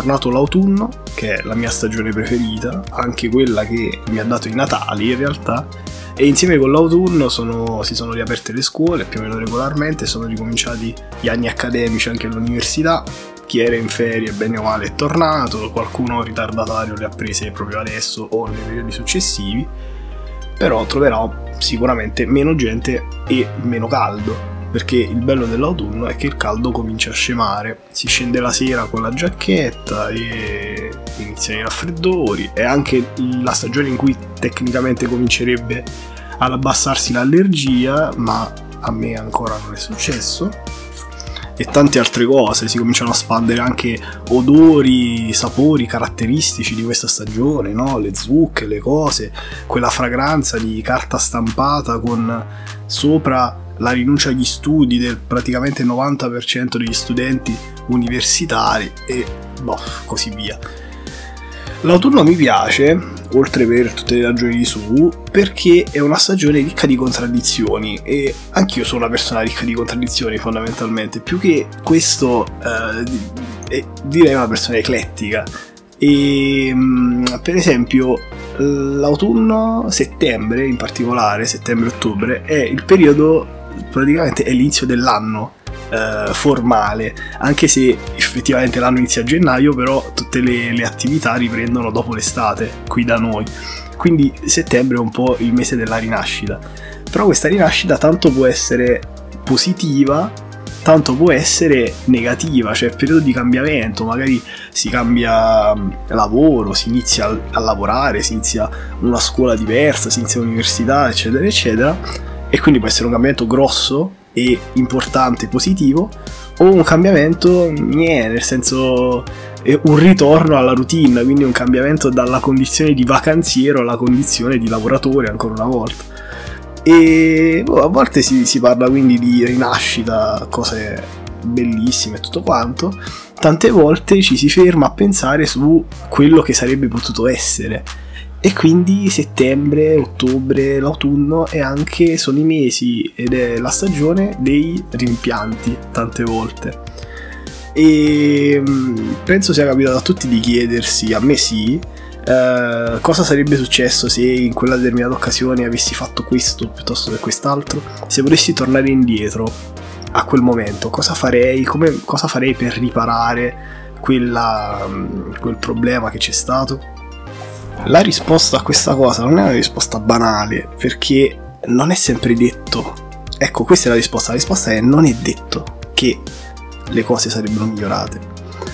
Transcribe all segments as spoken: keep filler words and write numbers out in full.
tornato l'autunno, che è la mia stagione preferita, anche quella che mi ha dato i Natali in realtà, e insieme con l'autunno sono, si sono riaperte le scuole più o meno regolarmente, sono ricominciati gli anni accademici anche all'università. Chi era in ferie bene o male è tornato, qualcuno ritardatario le ha prese proprio adesso o nei periodi successivi, però troverò sicuramente meno gente e meno caldo, perché il bello dell'autunno è che il caldo comincia a scemare, si scende la sera con la giacchetta e iniziano i raffreddori, è anche la stagione in cui tecnicamente comincerebbe ad abbassarsi l'allergia, ma a me ancora non è successo, e tante altre cose, si cominciano a spandere anche odori, sapori caratteristici di questa stagione, no? Le zucche, le cose, quella fragranza di carta stampata con sopra la rinuncia agli studi del praticamente novanta per cento degli studenti universitari e boh, così via. L'autunno mi piace, oltre per tutte le ragioni di su, perché è una stagione ricca di contraddizioni e anch'io sono una persona ricca di contraddizioni fondamentalmente, più che questo eh, direi una persona eclettica. E per esempio l'autunno, settembre in particolare, settembre-ottobre, è il periodo, praticamente è l'inizio dell'anno eh, formale, anche se effettivamente l'anno inizia a gennaio, però tutte le, le attività riprendono dopo l'estate qui da noi, quindi settembre è un po' il mese della rinascita. Però questa rinascita tanto può essere positiva, tanto può essere negativa, cioè periodo di cambiamento, magari si cambia lavoro, si inizia a lavorare, si inizia una scuola diversa, si inizia l'università, eccetera eccetera, e quindi può essere un cambiamento grosso e importante, positivo, o un cambiamento niente, nel senso un ritorno alla routine, quindi un cambiamento dalla condizione di vacanziero alla condizione di lavoratore ancora una volta. E boh, a volte si, si parla quindi di rinascita, cose bellissime e tutto quanto, tante volte ci si ferma a pensare su quello che sarebbe potuto essere, e quindi settembre, ottobre, l'autunno e anche sono i mesi ed è la stagione dei rimpianti tante volte. E penso sia capitato a tutti di chiedersi, a me sì, Uh, cosa sarebbe successo se in quella determinata occasione avessi fatto questo piuttosto che quest'altro, se volessi tornare indietro a quel momento, cosa farei, come, cosa farei per riparare quella, quel problema che c'è stato. La risposta a questa cosa non è una risposta banale, perché non è sempre detto, ecco, questa è la risposta, la risposta è: non è detto che le cose sarebbero migliorate.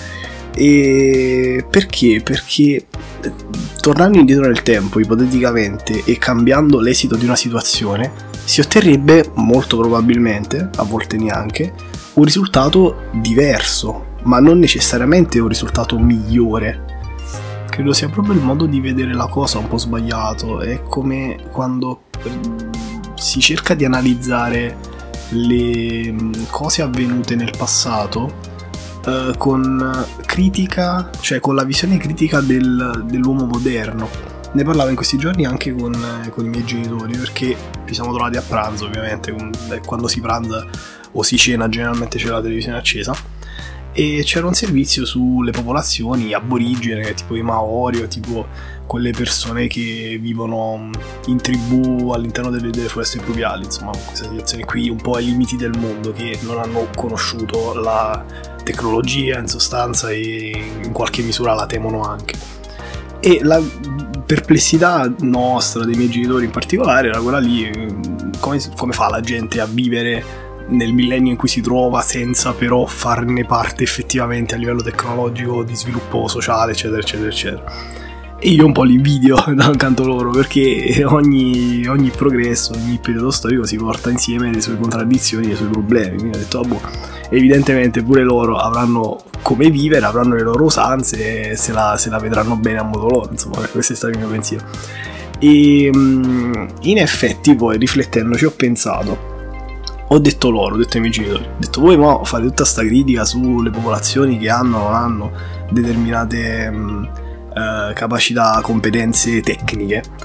E perché? Perché tornando indietro nel tempo, ipoteticamente, e cambiando l'esito di una situazione, si otterrebbe molto probabilmente, a volte neanche, un risultato diverso, ma non necessariamente un risultato migliore. Credo sia proprio il modo di vedere la cosa un po' sbagliato. È come quando si cerca di analizzare le cose avvenute nel passato Uh, con critica, cioè con la visione critica del, dell'uomo moderno. Ne parlavo in questi giorni anche con, con i miei genitori, perché ci siamo trovati a pranzo, ovviamente, quando si pranza o si cena generalmente c'è la televisione accesa, e c'era un servizio sulle popolazioni aborigene, tipo i Maori o tipo quelle persone che vivono in tribù all'interno delle, delle foreste pluviali, insomma questa situazione qui un po' ai limiti del mondo, che non hanno conosciuto la tecnologia in sostanza e in qualche misura la temono anche. E la perplessità nostra, dei miei genitori in particolare, era quella lì: come, come fa la gente a vivere nel millennio in cui si trova senza però farne parte effettivamente a livello tecnologico, di sviluppo sociale, eccetera eccetera eccetera. E io un po' li invidio dal canto loro, perché ogni, ogni progresso, ogni periodo storico si porta insieme le sue contraddizioni e i suoi problemi, quindi ho detto, ah, boh, evidentemente pure loro avranno come vivere, avranno le loro usanze e se la, se la vedranno bene a modo loro, insomma, questo è stato il mio pensiero. E in effetti poi, riflettendoci, ho pensato, ho detto loro, ho detto ai miei genitori, ho detto: voi mo fate tutta sta critica sulle popolazioni che hanno o non hanno determinate mh, uh, capacità, competenze tecniche,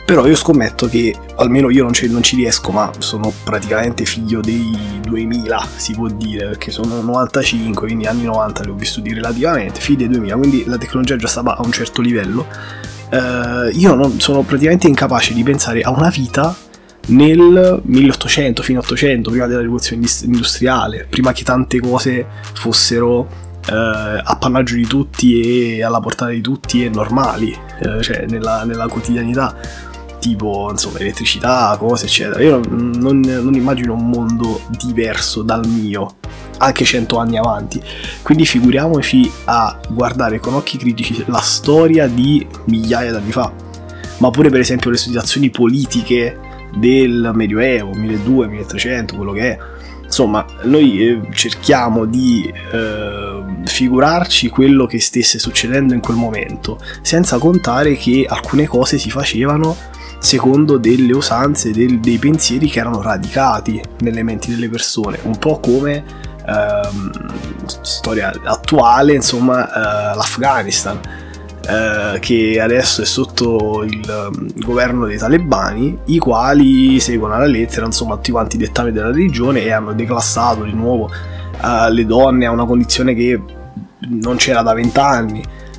Però io scommetto che, almeno io non ci, non ci riesco, ma sono praticamente figlio dei duemila, si può dire, perché sono novantacinque, quindi anni novanta li ho vissuti relativamente, figli dei duemila, quindi la tecnologia già stava a un certo livello. Uh, io non, sono praticamente incapace di pensare a una vita nel milleottocento, fino all'ottocento, prima della rivoluzione industriale, prima che tante cose fossero uh, appannaggio di tutti e alla portata di tutti e normali, uh, cioè nella, nella quotidianità, tipo insomma elettricità, cose eccetera. Io non, non immagino un mondo diverso dal mio, anche cento anni avanti, quindi figuriamoci a guardare con occhi critici la storia di migliaia d'anni fa, ma pure per esempio le situazioni politiche del Medioevo, milleduecento milletrecento, quello che è. Insomma, noi eh, cerchiamo di eh, figurarci quello che stesse succedendo in quel momento, senza contare che alcune cose si facevano secondo delle usanze, del, dei pensieri che erano radicati nelle menti delle persone, un po' come ehm, storia attuale, insomma, eh, l'Afghanistan, eh, che adesso è sotto il, il governo dei talebani, i quali seguono alla lettera, insomma, tutti quanti i dettami della religione e hanno declassato di nuovo eh, le donne a una condizione che non c'era da vent'anni.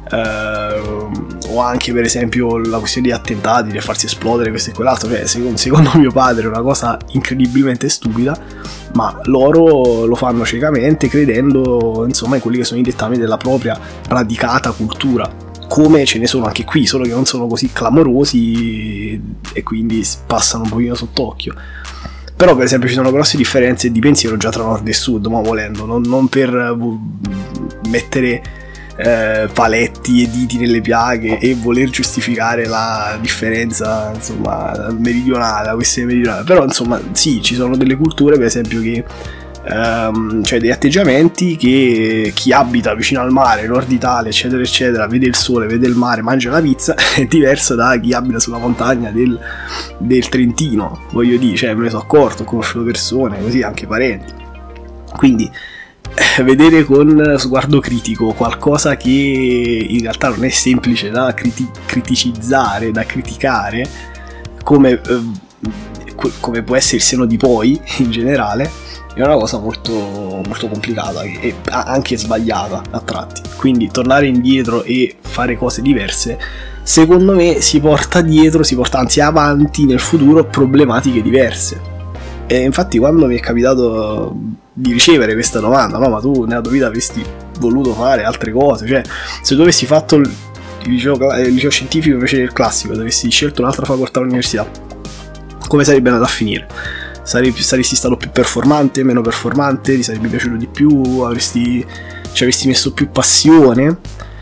Uh, o anche per esempio la questione di attentati, di farsi esplodere questo e quell'altro, cioè secondo, secondo mio padre è una cosa incredibilmente stupida, ma loro lo fanno ciecamente credendo insomma in quelli che sono i dettami della propria radicata cultura, come ce ne sono anche qui, solo che non sono così clamorosi e quindi passano un pochino sott'occhio. Però per esempio ci sono grosse differenze di pensiero già tra nord e sud, ma volendo, non, non per mettere Eh, paletti e diti nelle piaghe e voler giustificare la differenza, insomma, meridionale, la questione meridionale. Però insomma sì, ci sono delle culture per esempio che ehm, cioè degli atteggiamenti che chi abita vicino al mare, Nord Italia eccetera eccetera, vede il sole, vede il mare, mangia la pizza, è diverso da chi abita sulla montagna del, del Trentino, voglio dire, cioè me ne sono accorto, ho conosciuto persone così, anche parenti. Quindi vedere con sguardo critico qualcosa che in realtà non è semplice da criti- criticizzare, da criticare, come, eh, come può essere il seno di poi in generale, è una cosa molto, molto complicata e anche sbagliata a tratti. Quindi tornare indietro e fare cose diverse, secondo me si porta dietro, si porta anzi avanti nel futuro problematiche diverse. E infatti quando mi è capitato di ricevere questa domanda, no, ma tu nella tua vita avresti voluto fare altre cose, cioè se tu avessi fatto il liceo, il liceo scientifico invece del classico, se avessi scelto un'altra facoltà all'università, come sarebbe andato a finire? Saresti, saresti stato più performante, meno performante, ti sarebbe piaciuto di più, avresti, ci avresti messo più passione?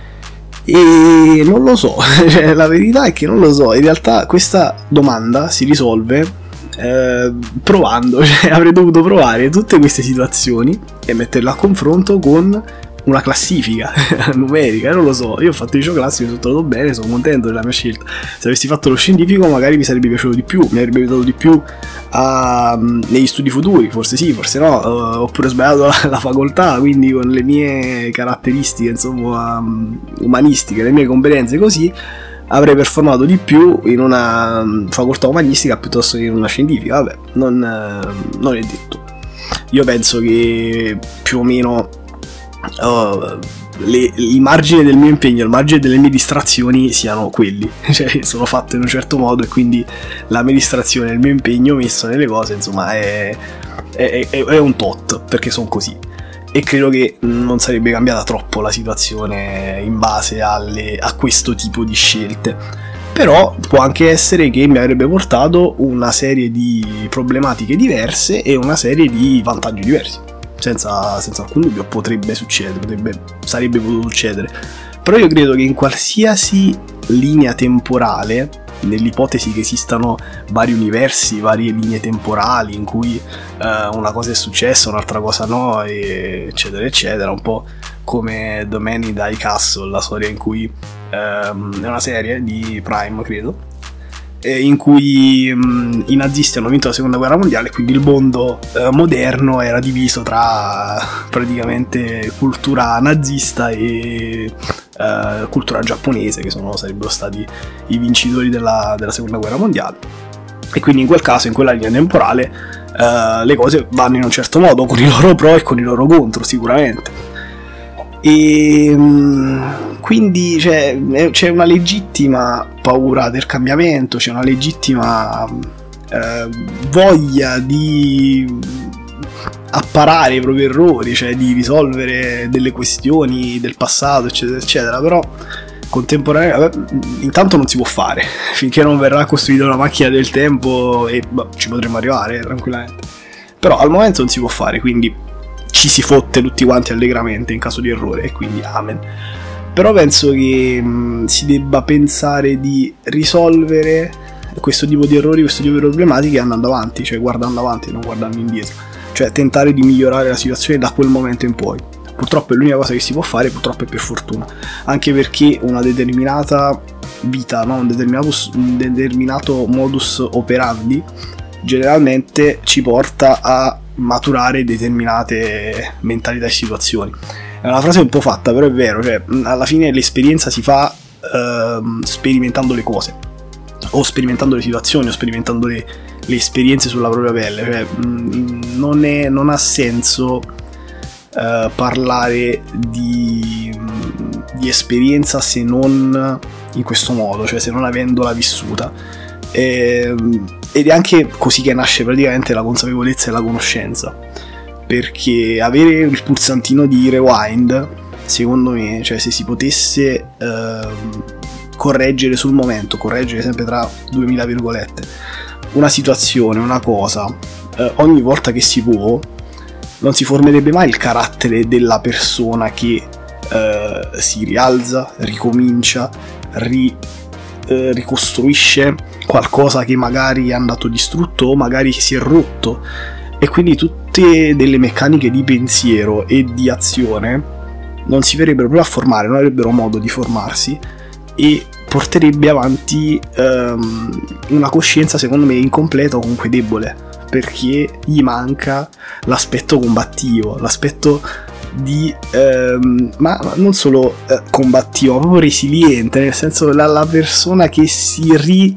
E non lo so, cioè, la verità è che non lo so, in realtà questa domanda si risolve Eh, provando, cioè avrei dovuto provare tutte queste situazioni e metterle a confronto con una classifica numerica, non lo so. Io ho fatto il liceo classico, sono stato bene, sono contento della mia scelta. Se avessi fatto lo scientifico magari mi sarebbe piaciuto di più, mi avrebbe aiutato di più a, negli studi futuri, forse sì, forse no, uh, oppure ho sbagliato la, la facoltà, quindi con le mie caratteristiche insomma umanistiche, le mie competenze così, avrei performato di più in una facoltà umanistica piuttosto che in una scientifica. Vabbè, non, non è detto. Io penso che più o meno uh, le, il margine del mio impegno, il margine delle mie distrazioni siano quelli, cioè sono fatte in un certo modo e quindi la mia distrazione, il mio impegno messo nelle cose insomma è, è, è, è un tot, perché sono così. E credo che non sarebbe cambiata troppo la situazione in base alle, a questo tipo di scelte. Però può anche essere che mi avrebbe portato una serie di problematiche diverse e una serie di vantaggi diversi. Senza, senza alcun dubbio potrebbe succedere, potrebbe, sarebbe potuto succedere. Però io credo che in qualsiasi linea temporale, nell'ipotesi che esistano vari universi, varie linee temporali in cui uh, una cosa è successa, un'altra cosa no, e eccetera eccetera, un po' come The Man in the High Castle, la storia in cui um, è una serie di Prime credo, eh, in cui mh, i nazisti hanno vinto la seconda guerra mondiale, quindi il mondo eh, moderno era diviso tra praticamente cultura nazista e eh, cultura giapponese, che sono, sarebbero stati i vincitori della, della seconda guerra mondiale. E quindi in quel caso, in quella linea temporale, eh, le cose vanno in un certo modo, con i loro pro e con i loro contro sicuramente. E quindi cioè, c'è una legittima paura del cambiamento, c'è una legittima eh, voglia di apparare i propri errori, cioè di risolvere delle questioni del passato, eccetera, eccetera. Però contemporaneamente intanto non si può fare finché non verrà costruita una macchina del tempo, e bah, ci potremmo arrivare tranquillamente, però al momento non si può fare, quindi ci si fotte tutti quanti allegramente in caso di errore, e quindi amen. Però penso che mh, si debba pensare di risolvere questo tipo di errori, questo tipo di problematiche andando avanti, cioè guardando avanti, non guardando indietro, cioè tentare di migliorare la situazione da quel momento in poi. Purtroppo è l'unica cosa che si può fare, purtroppo è per fortuna, anche perché una determinata vita, no? un, determinato, un determinato modus operandi generalmente ci porta a maturare determinate mentalità e situazioni. È una frase un po' fatta, però è vero, cioè alla fine l'esperienza si fa eh, sperimentando le cose, o sperimentando le situazioni, o sperimentando le, le esperienze sulla propria pelle, cioè mh, non, è, non ha senso eh, parlare di, di esperienza se non in questo modo, cioè se non avendola vissuta. E, ed è anche così che nasce praticamente la consapevolezza e la conoscenza, perché avere il pulsantino di rewind, secondo me, cioè se si potesse eh, correggere sul momento, correggere sempre tra duemila virgolette, una situazione, una cosa, eh, ogni volta che si può, non si formerebbe mai il carattere della persona che eh, si rialza, ricomincia, ri, eh, ricostruisce qualcosa che magari è andato distrutto o magari si è rotto, e quindi tutte delle meccaniche di pensiero e di azione non si verrebbero proprio a formare, non avrebbero modo di formarsi, e porterebbe avanti um, una coscienza secondo me incompleta o comunque debole, perché gli manca l'aspetto combattivo, l'aspetto di ehm, ma non solo eh, combattivo, ma proprio resiliente, nel senso la, la persona che si ri,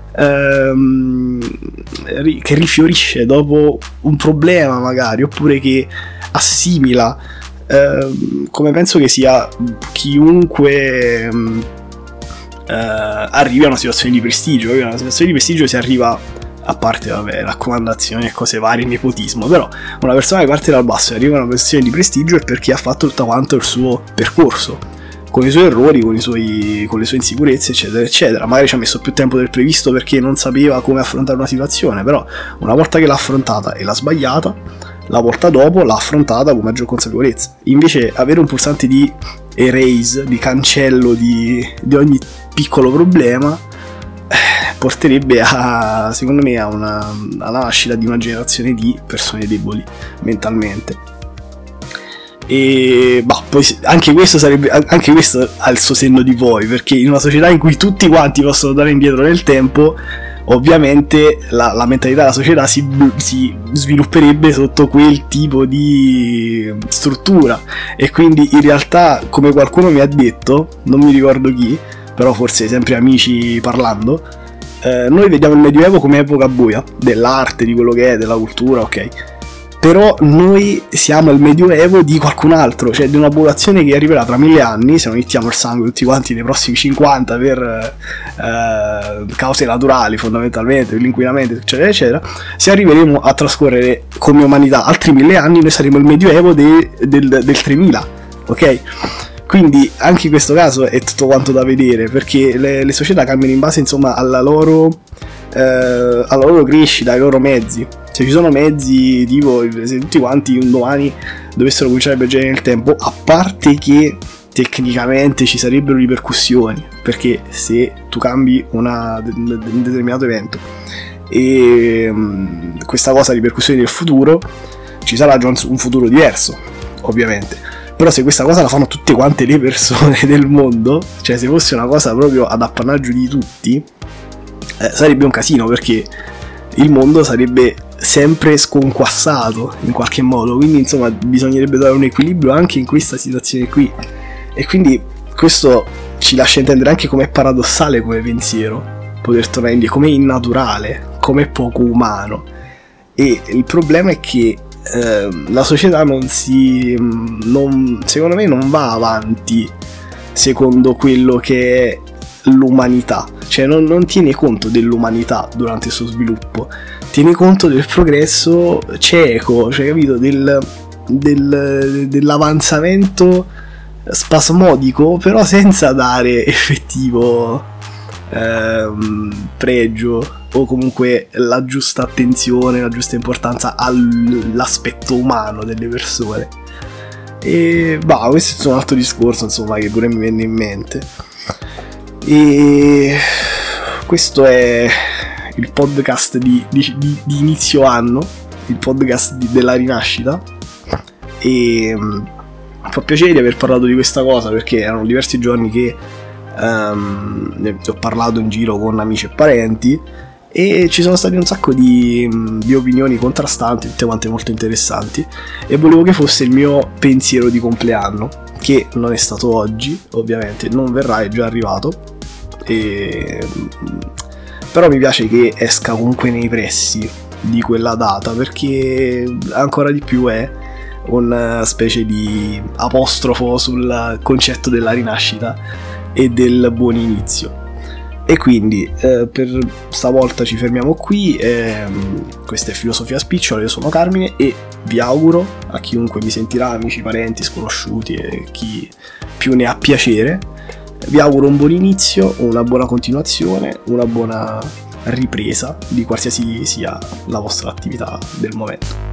ehm, ri che rifiorisce dopo un problema magari, oppure che assimila, ehm, come penso che sia chiunque ehm, eh, arrivi a una situazione di prestigio. A una situazione di prestigio si arriva, a parte vabbè, raccomandazioni e cose varie, nepotismo, però una persona che parte dal basso e arriva a una posizione di prestigio è perché ha fatto tutto quanto il suo percorso, con i suoi errori, con, i suoi, con le sue insicurezze, eccetera, eccetera. Magari ci ha messo più tempo del previsto perché non sapeva come affrontare una situazione, però una volta che l'ha affrontata e l'ha sbagliata, la volta dopo l'ha affrontata con maggior consapevolezza. Invece avere un pulsante di erase, di cancello di, di ogni piccolo problema, porterebbe a, secondo me, a una, alla nascita di una generazione di persone deboli mentalmente. E bah, poi anche questo sarebbe, anche questo ha il suo senno di poi, perché in una società in cui tutti quanti possono andare indietro nel tempo, ovviamente la, la mentalità della società si, si svilupperebbe sotto quel tipo di struttura, e quindi in realtà, come qualcuno mi ha detto, non mi ricordo chi, però forse sempre amici parlando, eh, noi vediamo il Medioevo come epoca buia dell'arte, di quello che è, della cultura, ok, però noi siamo il Medioevo di qualcun altro, cioè di una popolazione che arriverà tra mille anni, se non mettiamo il sangue tutti quanti nei prossimi cinquanta per eh, cause naturali fondamentalmente, per l'inquinamento eccetera eccetera, se arriveremo a trascorrere come umanità altri mille anni, noi saremo il Medioevo de, del, del tremila, ok? Quindi anche in questo caso è tutto quanto da vedere, perché le, le società cambiano in base, insomma, alla loro, eh, alla loro crescita, ai loro mezzi. Se ci sono mezzi tipo, se tutti quanti un domani dovessero cominciare a viaggiare nel tempo, a parte che tecnicamente ci sarebbero ripercussioni, perché se tu cambi una, un determinato evento e um, questa cosa ha ripercussioni nel futuro, ci sarà già un futuro diverso, ovviamente. Però se questa cosa la fanno tutte quante le persone del mondo, cioè se fosse una cosa proprio ad appannaggio di tutti, eh, sarebbe un casino, perché il mondo sarebbe sempre sconquassato in qualche modo, quindi insomma bisognerebbe dare un equilibrio anche in questa situazione qui, e quindi questo ci lascia intendere anche com'è paradossale come pensiero poter tornare indietro, com'è innaturale, com'è poco umano. E il problema è che eh, la società non si non, secondo me non va avanti secondo quello che è l'umanità, cioè non, non tiene conto dell'umanità durante il suo sviluppo, tiene conto del progresso cieco, cioè capito, del, del, dell'avanzamento spasmodico, però senza dare effettivo ehm, pregio o comunque la giusta attenzione, la giusta importanza all'aspetto umano delle persone. E bah, questo è un altro discorso, insomma, che pure mi venne in mente. E questo è il podcast di, di, di, di inizio anno, il podcast di, della rinascita, e um, fa piacere di aver parlato di questa cosa, perché erano diversi giorni che um, ne ho parlato in giro con amici e parenti, e ci sono stati un sacco di, di opinioni contrastanti, tutte quante molto interessanti, e volevo che fosse il mio pensiero di compleanno, che non è stato oggi, ovviamente non verrà, è già arrivato, e però mi piace che esca comunque nei pressi di quella data, perché ancora di più è una specie di apostrofo sul concetto della rinascita e del buon inizio. E quindi eh, per stavolta ci fermiamo qui. Eh, questa è Filosofia a Spicciolo, io sono Carmine e vi auguro, a chiunque mi sentirà, amici, parenti, sconosciuti e chi più ne ha piacere, vi auguro un buon inizio, una buona continuazione, una buona ripresa di qualsiasi sia la vostra attività del momento.